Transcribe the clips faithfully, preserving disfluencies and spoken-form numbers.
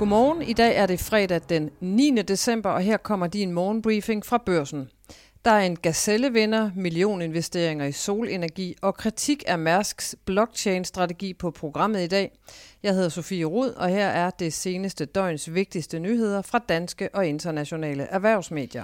Godmorgen. I dag er det fredag den niende december, og her kommer din morgenbriefing fra Børsen. Der er en Gazelle-vinder, millioninvesteringer i solenergi og kritik af Mærsks blockchain-strategi på programmet i dag. Jeg hedder Sofie Rud, og her er det seneste døgns vigtigste nyheder fra danske og internationale erhvervsmedier.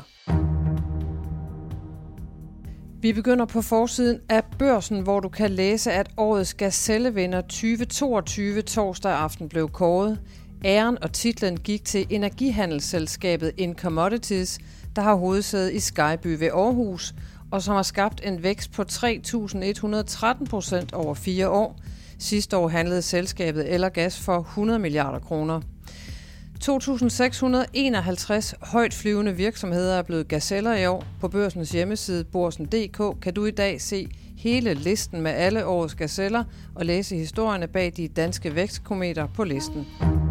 Vi begynder på forsiden af Børsen, hvor du kan læse, at årets Gazelle-vinder tyve toogtyve torsdag aften blev kåret. Æren og titlen gik til energihandelsselskabet Incommodities, der har hovedsæde i Skyby ved Aarhus, og som har skabt en vækst på tre tusind et hundrede og tretten procent over fire år. Sidste år handlede selskabet el og gas for hundrede milliarder kroner. to tusind seks hundrede og enoghalvtreds højt flyvende virksomheder er blevet gazeller i år. På Børsens hjemmeside Borsen punktum d k kan du i dag se hele listen med alle årets gazeller og læse historierne bag de danske vækstkometer på listen.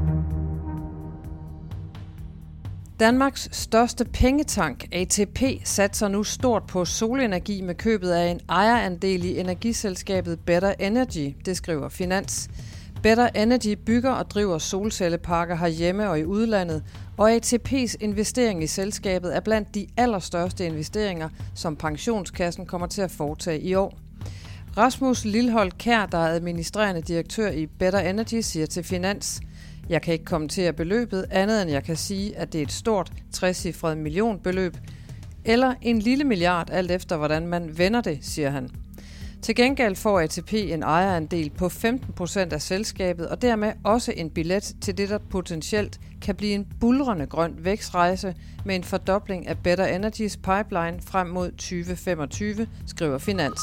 Danmarks største pengetank, A T P, satser nu stort på solenergi med købet af en ejerandel i energiselskabet Better Energy, det skriver Finans. Better Energy bygger og driver solcelleparker herhjemme og i udlandet, og A T P's investering i selskabet er blandt de allerstørste investeringer, som pensionskassen kommer til at foretage i år. Rasmus Lilholt Kjær, der er administrerende direktør i Better Energy, siger til Finans: Jeg kan ikke kommentere beløbet, andet end jeg kan sige, at det er et stort trecifret millionbeløb, eller en lille milliard, alt efter hvordan man vender det, siger han. Til gengæld får A T P en ejerandel på femten procent af selskabet, og dermed også en billet til det, der potentielt kan blive en buldrende grøn vækstrejse med en fordobling af Better Energys pipeline frem mod tyve femogtyve, skriver Finans.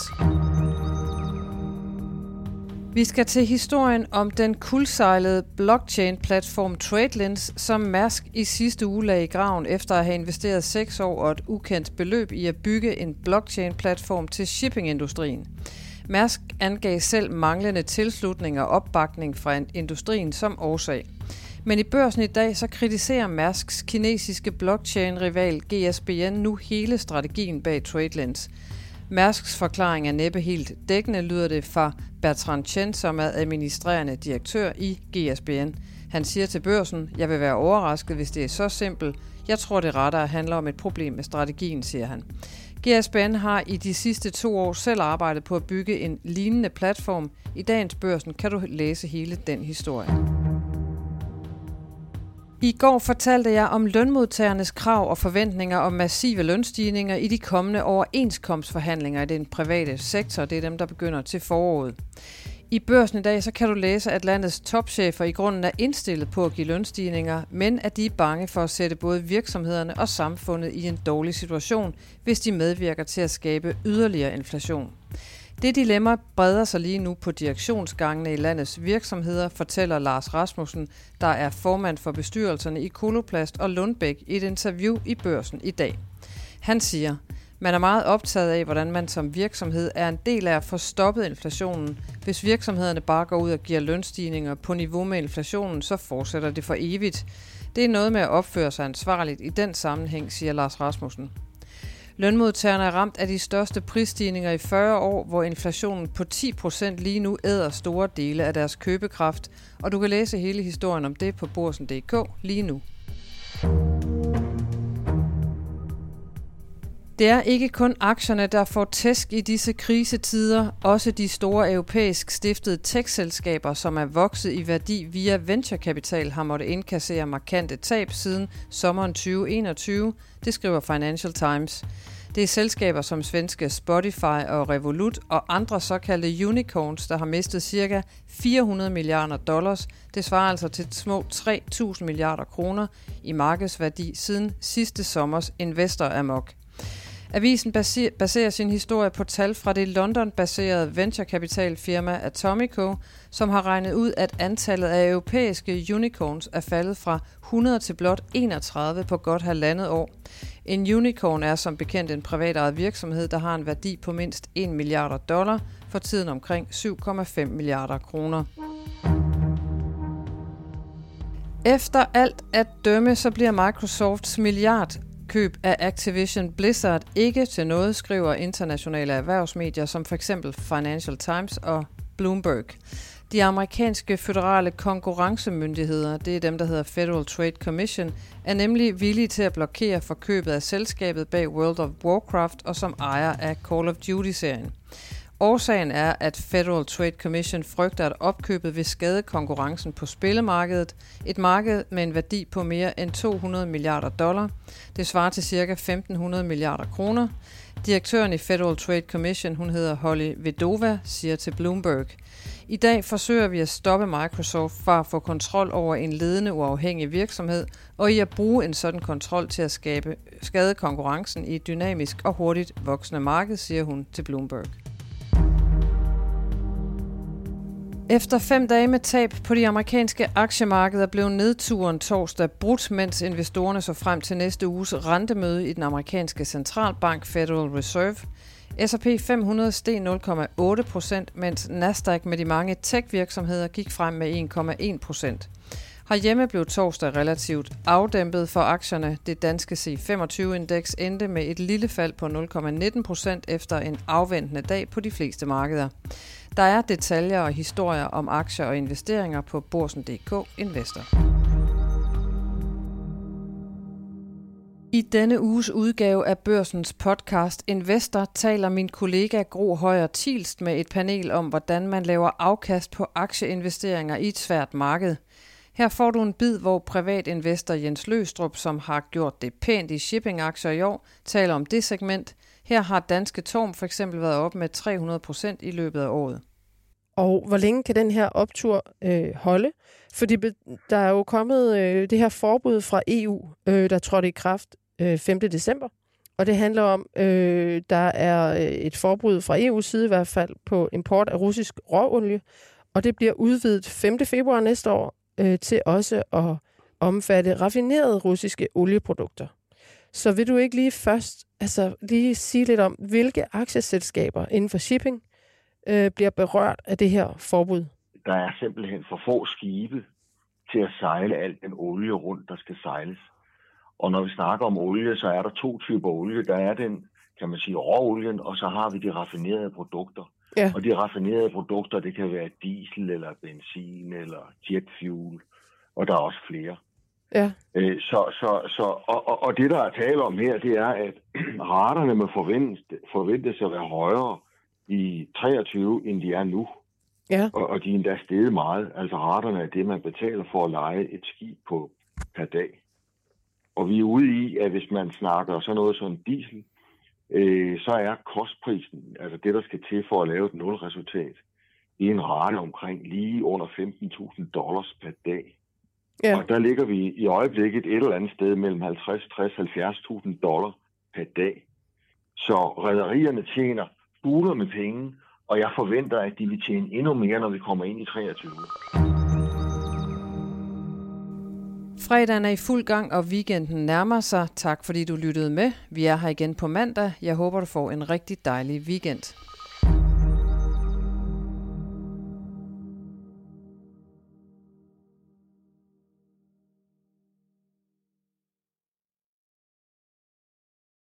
Vi skal til historien om den kuldsejlede blockchain-platform TradeLens, som Mærsk i sidste uge lagde i graven efter at have investeret seks år og et ukendt beløb i at bygge en blockchain-platform til shippingindustrien. Mærsk angav selv manglende tilslutning og opbakning fra industrien som årsag. Men i Børsen i dag så kritiserer Mærsks kinesiske blockchain-rival G S B N nu hele strategien bag TradeLens. Mærsks forklaring er næppe helt dækkende, lyder det fra Bertrand Chen, som er administrerende direktør i G S B N. Han siger til Børsen: Jeg vil være overrasket, hvis det er så simpelt. Jeg tror, det rettere handler om et problem med strategien, siger han. G S B N har i de sidste to år selv arbejdet på at bygge en lignende platform. I dagens Børsen kan du læse hele den historie. I går fortalte jeg om lønmodtagernes krav og forventninger om massive lønstigninger i de kommende overenskomstforhandlinger i den private sektor. Det er dem, der begynder til foråret. I Børsen i dag så kan du læse, at landets topchefer i grunden er indstillet på at give lønstigninger, men at de er bange for at sætte både virksomhederne og samfundet i en dårlig situation, hvis de medvirker til at skabe yderligere inflation. Det dilemma breder sig lige nu på direktionsgangene i landets virksomheder, fortæller Lars Rasmussen, der er formand for bestyrelserne i Coloplast og Lundbæk, i et interview i Børsen i dag. Han siger: Man er meget optaget af, hvordan man som virksomhed er en del af at få stoppet inflationen. Hvis virksomhederne bare går ud og giver lønstigninger på niveau med inflationen, så fortsætter det for evigt. Det er noget med at opføre sig ansvarligt i den sammenhæng, siger Lars Rasmussen. Lønmodtagerne er ramt af de største prisstigninger i fyrre år, hvor inflationen på ti procent lige nu æder store dele af deres købekraft, og du kan læse hele historien om det på Borsen punktum d k lige nu. Det er ikke kun aktierne, der får tæsk i disse krisetider. Også de store europæisk stiftede tech-selskaber, som er vokset i værdi via venturekapital, har måttet indkassere markante tab siden sommeren tyve enogtyve, det skriver Financial Times. Det er selskaber som svenske Spotify og Revolut og andre såkaldte unicorns, der har mistet ca. fire hundrede milliarder dollars. Det svarer altså til små tre tusind milliarder kroner i markedsværdi siden sidste sommers investor-amok. Avisen baserer sin historie på tal fra det London-baserede venturekapitalfirma Atomico, som har regnet ud, at antallet af europæiske unicorns er faldet fra hundrede til blot enogtredive på godt halvandet år. En unicorn er som bekendt en privatejet virksomhed, der har en værdi på mindst en milliard dollar, for tiden omkring syv komma fem milliarder kroner. Efter alt at dømme, så bliver Microsofts milliard køb af Activision Blizzard ikke til noget, skriver internationale erhvervsmedier som for eksempel Financial Times og Bloomberg. De amerikanske føderale konkurrencemyndigheder, det er dem, der hedder Federal Trade Commission, er nemlig villige til at blokere for købet af selskabet bag World of Warcraft og som ejer af Call of Duty-serien. Årsagen er, at Federal Trade Commission frygter, at opkøbet vil skade konkurrencen på spillemarkedet, et marked med en værdi på mere end to hundrede milliarder dollar. Det svarer til ca. femten hundrede milliarder kroner. Direktøren i Federal Trade Commission, hun hedder Holly Vedova, siger til Bloomberg: I dag forsøger vi at stoppe Microsoft fra at få kontrol over en ledende uafhængig virksomhed, og i at bruge en sådan kontrol til at skabe skade konkurrencen i et dynamisk og hurtigt voksende marked, siger hun til Bloomberg. Efter fem dage med tab på de amerikanske aktiemarkeder blev nedturen torsdag brudt, mens investorerne så frem til næste uges rentemøde i den amerikanske centralbank Federal Reserve. S og P fem hundrede steg nul komma otte procent, mens Nasdaq med de mange tech-virksomheder gik frem med en komma en procent. Herhjemme blev torsdag relativt afdæmpet for aktierne. Det danske C femogtyve-indeks endte med et lille fald på nul komma nitten procent efter en afventende dag på de fleste markeder. Der er detaljer og historier om aktier og investeringer på Børsen punktum d k Investor. I denne uges udgave af Børsens podcast Investor taler min kollega Gro Højer Thielst med et panel om, hvordan man laver afkast på aktieinvesteringer i et svært marked. Her får du en bid, hvor privatinvestor Jens Løgstrup, som har gjort det pænt i shippingaktier i år, taler om det segment. Her har Danske Torm for eksempel været op med tre hundrede procent i løbet af året. Og hvor længe kan den her optur øh, holde? Fordi der er jo kommet øh, det her forbud fra E U, øh, der trådte i kraft øh, femte december. Og det handler om, øh, der er et forbud fra E U's side i hvert fald på import af russisk råolie. Og det bliver udvidet femte februar næste år øh, til også at omfatte raffinerede russiske olieprodukter. Så vil du ikke lige først altså lige sige lidt om, hvilke aktieselskaber inden for shipping øh, bliver berørt af det her forbud? Der er simpelthen for få skibe til at sejle alt den olie rundt, der skal sejles. Og når vi snakker om olie, så er der to typer olie. Der er den, kan man sige, råolien, og så har vi de raffinerede produkter. Ja. Og de raffinerede produkter, det kan være diesel eller benzin eller jetfuel, og der er også flere. Ja. Øh, så, så, så, og, og, og det, der er tale om her, det er, at raterne må forventes, forventes at være højere i treogtyve, end de er nu. Ja. Og, og de er endda steget meget. Altså raterne er det, man betaler for at leje et skib på per dag. Og vi er ude i, at hvis man snakker sådan noget som diesel, øh, så er kostprisen, altså det, der skal til for at lave et nulresultat, i en rate omkring lige under femten tusind dollars per dag. Ja. Og der ligger vi i øjeblikket et eller andet sted mellem halvtreds, tres, halvfjerds tusind dollar per dag. Så rederierne tjener buler med penge, og jeg forventer, at de vil tjene endnu mere, når vi kommer ind i treogtyve. Fredagen er i fuld gang, og weekenden nærmer sig. Tak fordi du lyttede med. Vi er her igen på mandag. Jeg håber, du får en rigtig dejlig weekend.